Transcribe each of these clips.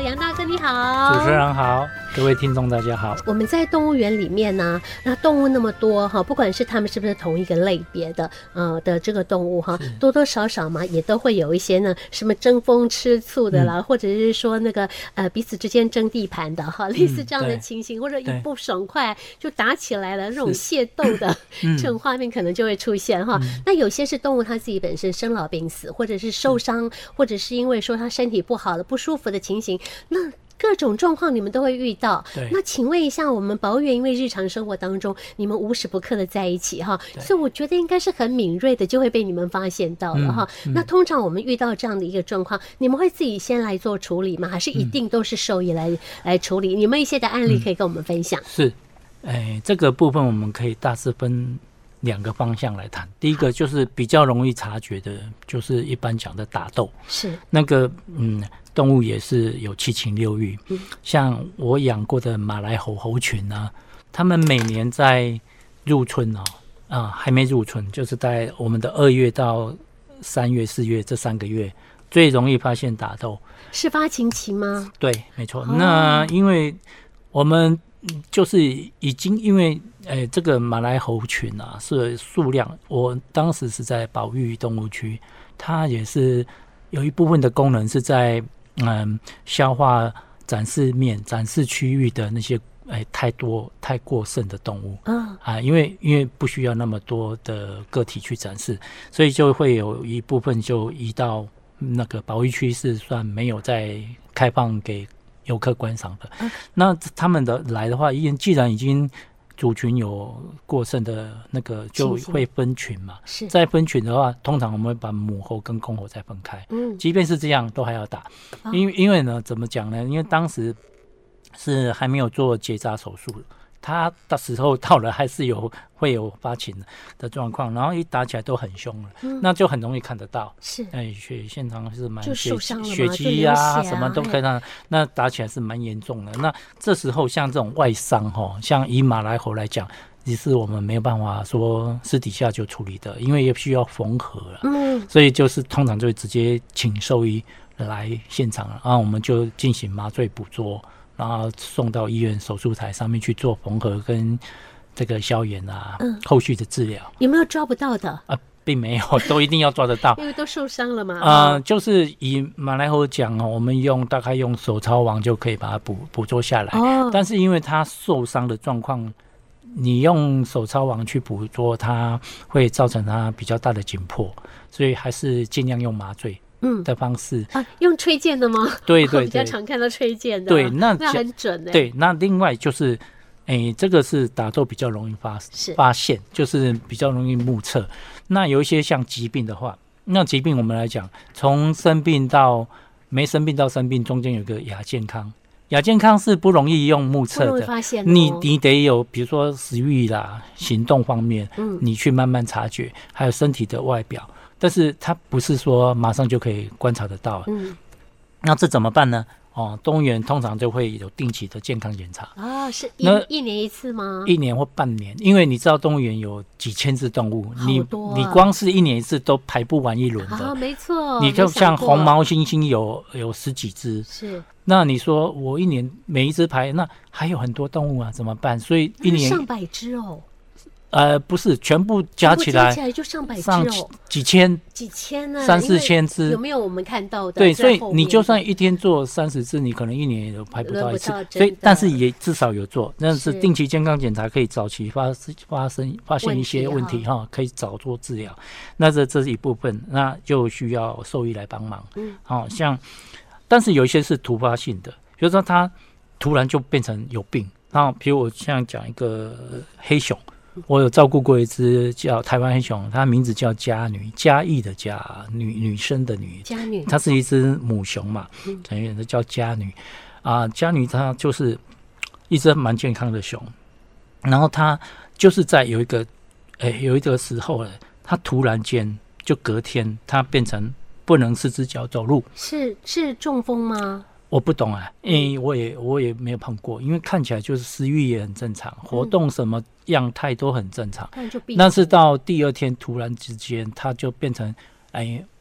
杨大哥你好。 主持人好，各位听众大家好。 我们在动物园里面呢，那动物那么多哈，不管是它们是不是同一个类别的的这个动物哈，多多少少嘛也都会有一些呢什么争风吃醋的啦，或者是说那个彼此之间争地盘的哈，类似这样的情形，或者一不爽快就打起来了，那种械斗的这种画面可能就会出现哈。那有些是动物它自己本身生老病死，或者是受伤，或者是因为说它身体不好了不舒服的情形，那各种状况你们都会遇到。那请问一下，我们保育员因为日常生活当中你们无时不刻的在一起哈，所以我觉得应该是很敏锐的就会被你们发现到了哈。那通常我们遇到这样的一个状况，你们会自己先来做处理吗？还是一定都是兽医来处理？你们一些的案例可以跟我们分享？ 是，这个部分我们可以大致分两个方向来谈。第一个就是比较容易察觉的，就是一般讲的打斗，是那个动物也是有七情六欲，像我养过的马来猴群啊，他们每年在入春还没入春，就是在我们的2月到3月、4月这3个月最容易发现打斗。 是发情期吗？ 对，没错。那因为我们就是已经因为这个马来猴群啊是数量，我当时是在保育动物区，它也是有一部分的功能是在消化展示区域的那些太过剩的动物因为不需要那么多的个体去展示，所以就会有一部分就移到那个保育区，是算没有在开放给游客观赏的。那他们的来的话，既然已经族群有过剩的那个，就会分群嘛。再分群的话，通常我们会把母猴跟公猴再分开。即便是这样，都还要打。因为呢，怎么讲呢？因为当时是还没有做结扎手术，他的时候到了，还是会有发情的状况，然后一打起来都很凶了，那就很容易看得到。是，现场是蛮血迹啊，什么都可以看到。那打起来是蛮严重的。那这时候像这种外伤像以马来猴来讲，也是我们没有办法说私底下就处理的，因为也需要缝合了。所以就是通常就会直接请兽医来现场，然后我们就进行麻醉捕捉，然后送到医院手术台上面去做缝合跟这个消炎后续的治疗。有没有抓不到的？ 并没有，都一定要抓得到。 因为都受伤了嘛。 就是以马来猴讲我们大概用手抄网就可以把它捕捉下来。但是因为它受伤的状况，你用手抄网去捕捉，它会造成它比较大的紧迫，所以还是尽量用麻醉的方式用吹箭的吗？ 对， 比较常看到吹箭的。 对，那很准对，那另外就是这个是打斗比较容易发现，就是比较容易目测。那有一些像疾病的话，那疾病我们来讲，从生病到没生病到生病中间有个亚健康。亚健康是不容易用目测的， 发现你得有比如说食欲啦、行动方面，你去慢慢察觉，还有身体的外表，但是它不是说马上就可以观察得到。那这怎么办呢？动物园通常就会有定期的健康检查。 是一年一次吗 ？1年或半年，因为你知道动物园有几千只动物，你光是1年一次都排不完一轮的。 没错。 你就像红毛猩猩有10几只， 是。 那你说我1年每一只排，那还有很多动物怎么办？所以1年上百只哦。 不是全部加起来就上百只哦， 几千啊 ，3-4千只， 有没有我们看到的？ 对，所以你就算一天做30只，你可能1年也都排不到一次。所以，但是也至少有做，那是定期健康检查，可以早期发现一些问题可以早做治疗。那这是一部分，那就需要兽医来帮忙。像，但是有一些是突发性的，比如说它突然就变成有病，然后比如我现在讲一个黑熊。我有照顾过一只叫台湾黑熊，它名字叫嘉女，嘉义的嘉，女生的女， 嘉女， 它是一只母熊嘛，等于叫嘉女嘉女它就是一只蛮健康的熊，然后它就是在有一个时候呢，它突然间就隔天它变成不能4只脚走路， 是中风吗？ 我不懂因为我也没有碰过，因为看起来就是食欲也很正常，活动什么样态都很正常，但是到第2天突然之间它就变成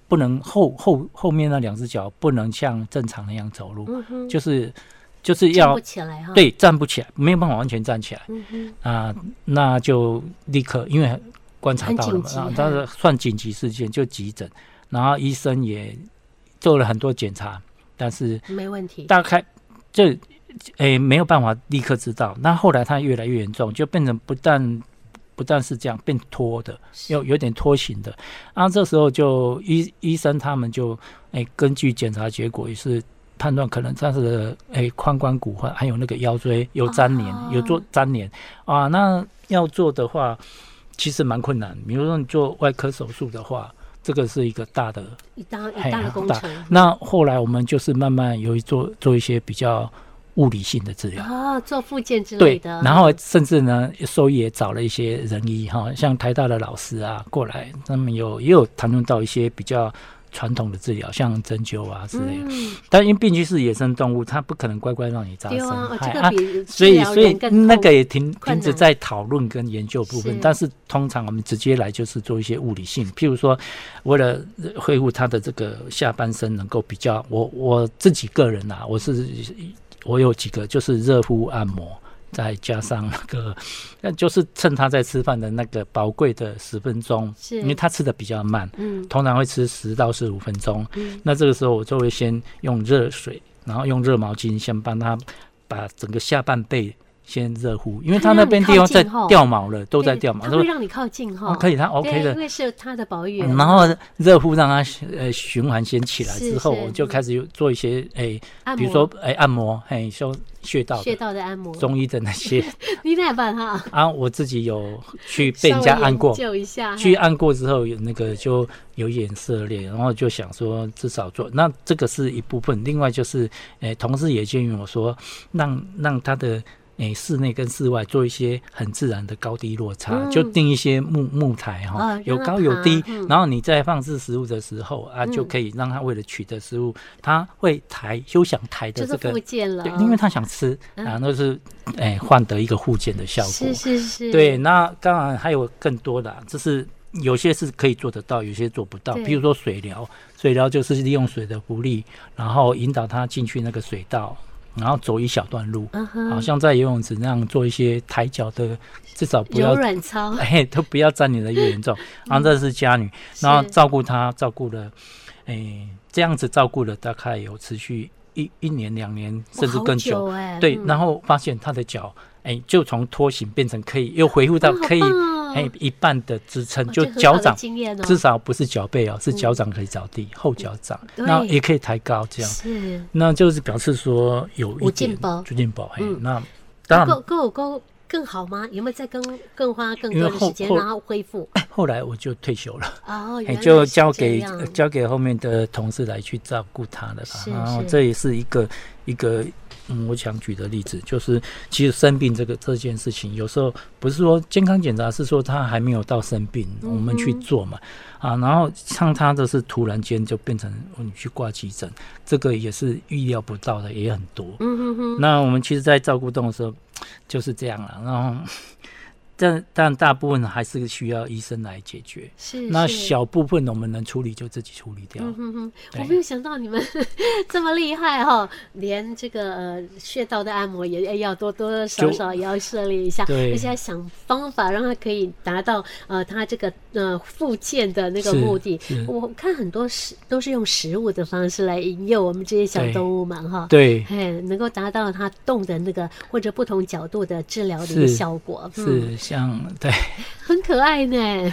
不能后面那2只脚不能像正常那样走路，就是要站不起来哈， 对，站不起来，没有办法完全站起来，那就立刻因为观察到了嘛，但是算紧急事件就急诊，然后医生也做了很多检查，但是没问题， 大概就没有办法立刻知道。那后来他越来越严重，就变成不但是这样，变拖的，有点拖行的。这时候就医生他们就根据检查结果也是判断可能他是髋关骨还有那个腰椎有粘连，有做粘连那要做的话其实蛮困难。比如说你做外科手术的话，这个是一个大的工程。 那后来我们就是慢慢有做一些比较物理性的治疗做复健之类的。 对，然后甚至呢，兽医也找了一些人医像台大的老师过来，他们也有谈论到一些比较传统的治疗，像针灸之类的。但因为毕竟是野生动物，它不可能乖乖让你扎针，所以那个也停止在讨论跟研究部分。但是通常我们直接来就是做一些物理性，譬如说为了恢复它的这个下半身能够比较，我自己个人我有几个就是热敷按摩，再加上那就是趁他在吃饭的那个宝贵的10分钟，因为他吃的比较慢，通常会吃10到15分钟。那这个时候我就会先用热水，然后用热毛巾先帮他把整个下半背先热敷，因为他那边地方在掉毛了，都在掉毛， 他会让你靠近可以，他 OK 的， 因为是他的保育员。 然后热敷让他循环先起来之后，我就开始做一些比如说按摩，说穴道的按摩，中医的那些。 你哪办哈？ 我自己有去被人家按过， 救一下。 去按过之后有那个就有点涉猎，然后就想说至少做，那这个是一部分。另外就是同事也建议我说，让他的室内跟室外做一些很自然的高低落差，就定一些木台有高有低，然后你在放置食物的时候就可以让他为了取得食物，他会休想抬的这个， 附件了， 对，因为他想吃那是换得一个附件的效果。 是， 对，那当然还有更多的，就是有些是可以做得到，有些做不到。比如说水疗就是利用水的浮力，然后引导他进去那个水道，然后走一小段路，好像在游泳池那样做一些抬脚的，至少不要柔软操， 都不要沾你的越严重。然后这是家女，然后照顾她，照顾了，这样子照顾了大概有持续一年2年，甚至更久。对，然后发现她的脚，就从拖行变成可以又恢复到可以。一半的支撑，就脚掌至少不是脚背是脚掌可以着地，后脚掌，那也可以抬高，这样是，那就是表示说有一点进步。那当然更好吗？有没有再更花更多的时间然后恢复？ 后来我就退休了，就交给后面的同事来去照顾他了吧。然后这也是一个。我想举的例子就是，其实生病这件事情，有时候不是说健康检查，是说他还没有到生病，我们去做嘛，然后像他的是突然间就变成你去挂急诊，这个也是预料不到的，也很多。那我们其实，在照顾动物的时候就是这样了，然后。但大部分还是需要医生来解决，那小部分我们能处理就自己处理掉。 我没有想到你们这么厉害连这个穴道的按摩也要多多少少也要涉猎一下，而且要想方法让它可以达到它这个复健的那个目的。我看很多都是用食物的方式来引诱我们这些小动物们对， 能够达到它动的那个或者不同角度的治疗的一个效果。 是。对， 很可爱呢。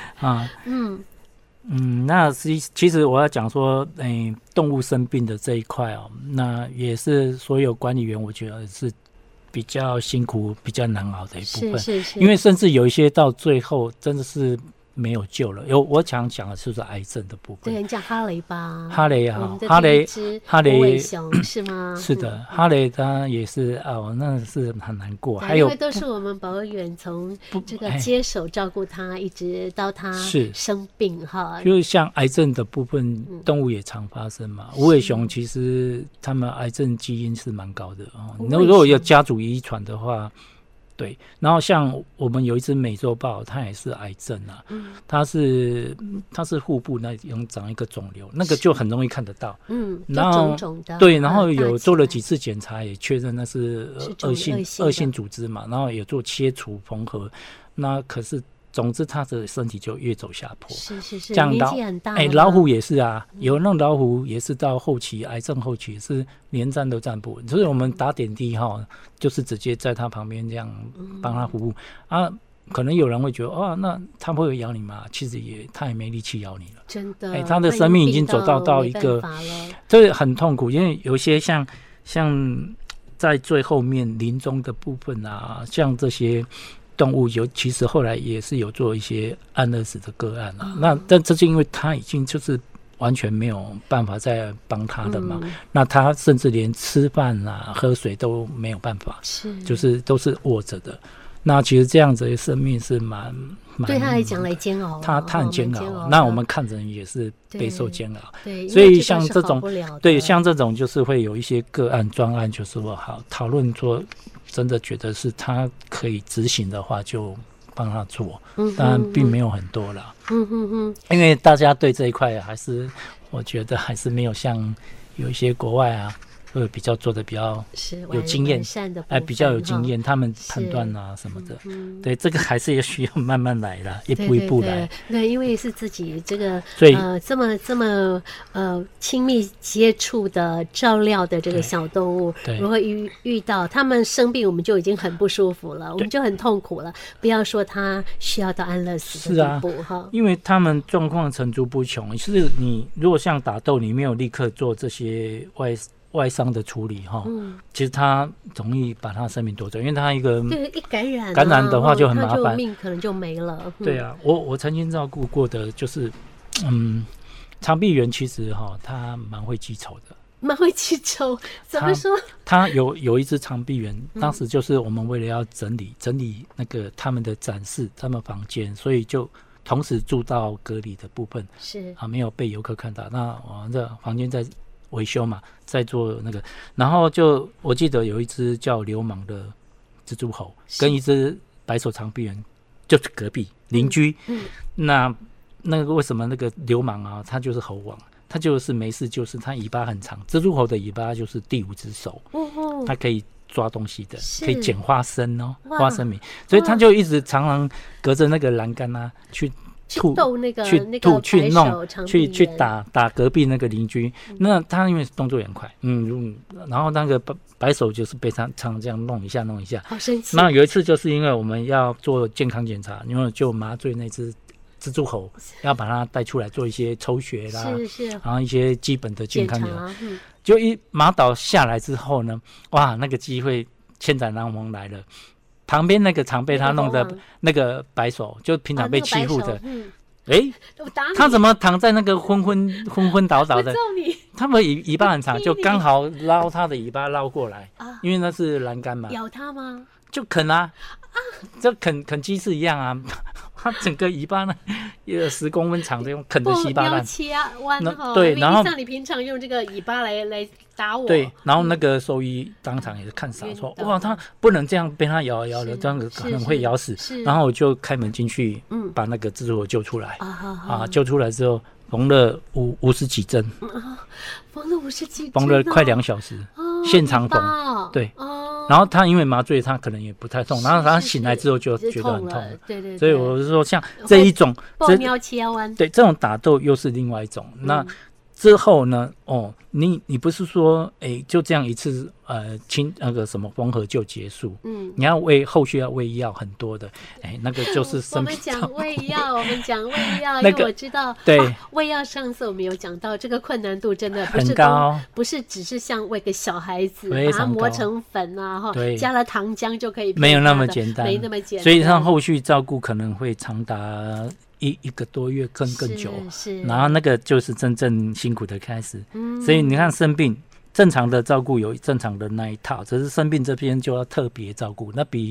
那其实我要讲说，动物生病的这一块那也是所有管理员我觉得是比较辛苦、比较难熬的一部分。是，因为甚至有一些到最后真的是没有救了。我想讲的就是癌症的部分。 对，你讲哈雷吧。 哈雷哈雷熊是吗？ 是的，哈雷他也是那是很难过。还有， 因为都是我们保育员从这个接手照顾他，一直到他生病就是像癌症的部分，动物也常发生嘛。无尾熊其实他们癌症基因是蛮高的如果有家族遗传的话。 对，然后像我们有一只美洲豹，它也是癌症啊，它是腹部那有长一个肿瘤，那个就很容易看得到，然后肿肿的， 对，然后有做了几次检查，也确认那是恶性组织嘛，然后也做切除缝合，那可是总之他的身体就越走下坡， 是， 这样年纪很大了， 老虎也是啊，有那种老虎也是到后期癌症后期也是连站都站不稳，所以我们打点滴就是直接在他旁边这样帮他服务啊。可能有人会觉得那他会咬你吗？其实他也没力气咬你了， 真的， 他的生命已经走到一个，这很痛苦，因为有些像在最后面临终的部分啊，像这些动物其实后来也是有做一些安乐死的个案啊。但这是因为他已经就是完全没有办法再帮他的嘛，那他甚至连吃饭啊、喝水都没有办法，就是都是卧着的。那其实这样子的生命是蛮对他来讲来煎熬， 他很煎熬。那我们看人也是备受煎熬， 对， 所以像这种对像这种就是会有一些个案专案，就是说好讨论说，真的觉得是他可以执行的话，就帮他做，当然并没有很多啦。因为大家对这一块还是我觉得还是没有像有一些国外啊。会比较做的比较有经验，比较有经验，他们判断啊什么的，对，这个还是也需要慢慢来啦，一步一步来。 对，因为是自己这个这么亲密接触的照料的这个小动物，如果遇到他们生病，我们就已经很不舒服了，我们就很痛苦了。不要说他需要到安乐死的地步哈， 因为他们状况层出不穷。是你如果像打斗，你没有立刻做这些外伤的处理其实他容易把他生命夺走，因为他一感染的话就很麻烦， 命可能就没了。 对啊，我曾经照顾过的就是长臂猿，其实他蛮会记仇的。 蛮会记仇，怎么说？ 他有一只长臂猿，当时就是我们为了要整理那个他们的展示，他们房间，所以就同时住到隔离的部分， 是没有被游客看到。那我们的房间在维修嘛，在做那个，然后就我记得有一只叫流氓的蜘蛛猴，跟一只白手长臂猿，就是隔壁邻居。那个为什么那个流氓啊，他就是猴王，他就是没事，就是他尾巴很长，蜘蛛猴的尾巴就是第5只手，它可以抓东西的，可以捡花生花生米，所以他就一直常常隔着那个栏杆啊去逗那个去弄去打隔壁那个邻居，那他因为动作也很快，然后那个白手就是被他常这样弄一下， 好生气。 那有一次就是因为我们要做健康检查，因为就麻醉那只蜘蛛猴，要把它带出来做一些抽血啦，然后一些基本的健康检查。就一麻倒下来之后呢，哇，那个机会千载难逢来了。旁边那个常被他弄的那个白手，就平常被欺负的，他怎么躺在那个昏昏倒倒的？他们尾巴很长，就刚好捞他的尾巴捞过来，因为那是栏杆嘛。 咬他吗？ 就啃啊，就啃鸡翅一样啊。它整个尾巴呢，有10公分长，这种啃的稀巴烂。 切弯对，然后像你平常用这个尾巴来打我。 对，然后那个兽医当场也是看傻，说哇，他不能这样被他咬了，这样子可能会咬死。然后我就开门进去，把那个蜘蛛猴救出来。救出来之后缝了50几针， 缝了50几针， 缝了快2小时，现场缝。对。然后他因为麻醉，他可能也不太痛，然后他醒来之后就觉得很痛。 对， 所以我是说，像这一种对这种打斗又是另外一种。那之后呢？你不是说就这样一次那个什么缝合就结束？你要后续要喂药很多的，那个就是我们讲喂药，因为我知道对喂药上次我们有讲到，这个困难度真的很高， 不是只是像喂个小孩子把它磨成粉啊，加了糖浆就可以， 没有那么简单， 没那么简单， 所以让后续照顾可能会长达一个多月更久，然后那个就是真正辛苦的开始。所以你看生病，正常的照顾有正常的那一套，只是生病这边就要特别照顾，那比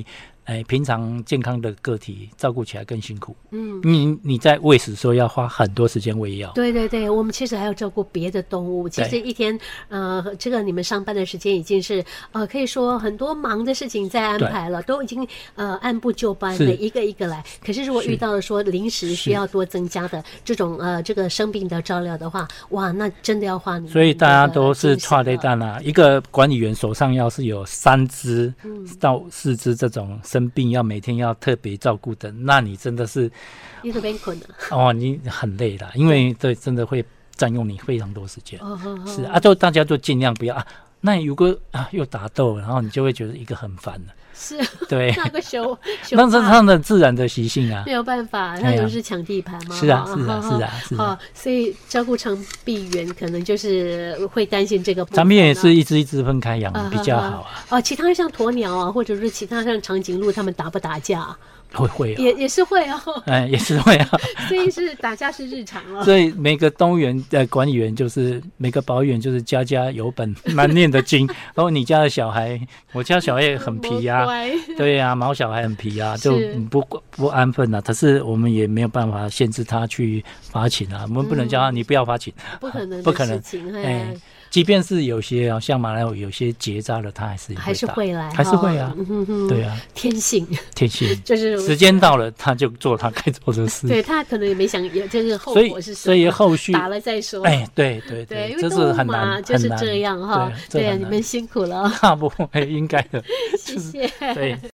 平常健康的个体照顾起来更辛苦。你在喂食的时候要花很多时间喂药。 对对对，我们其实还要照顾别的动物。其实一天这个你们上班的时间已经是可以说很多忙的事情在安排了，都已经按部就班的一个一个来。可是如果遇到了说临时需要多增加的这种这个生病的照料的话，哇，那真的要花你。 所以大家都是踹雷蛋啊，一个管理员手上要是有3只到4只这种生病要每天要特别照顾的，那你真的是你都变困了哦，你很累啦，因为对真的会占用你非常多时间。是啊，就大家就尽量不要啊。那如果又打斗，然后你就会觉得一个很烦了。 是， 对， 那个熊那是他的自然的习性啊， 没有办法，他就是抢地盘嘛。 是啊，是啊，是啊，是啊。 所以照顾长臂猿可能就是会担心这个部分。 长臂猿也是一只一只分开养比较好啊。 其他像鸵鸟啊，或者是其他像长颈鹿，他们打不打架？ 会也是会也是会所以是打架是日常了。 所以每个动物园的管理员就是每个保育员就是家家有本难念的经。然后你家的小孩，我家小孩也很皮啊，对啊，毛小孩很皮啊，就不安分啊。可是我们也没有办法限制他去发情啊，我们不能叫他你不要发情， 不可能不可能。即便是有些像马来有些结扎了，他还是会来，还是会啊，对啊， 天性就是时间到了，他就做他该做的事。 对，他可能也没想有这个后果是什么， 所以后续打了再说。 对，这是很难， 就是这样哈。对啊，你们辛苦了。 不会，应该的。 谢谢。 对。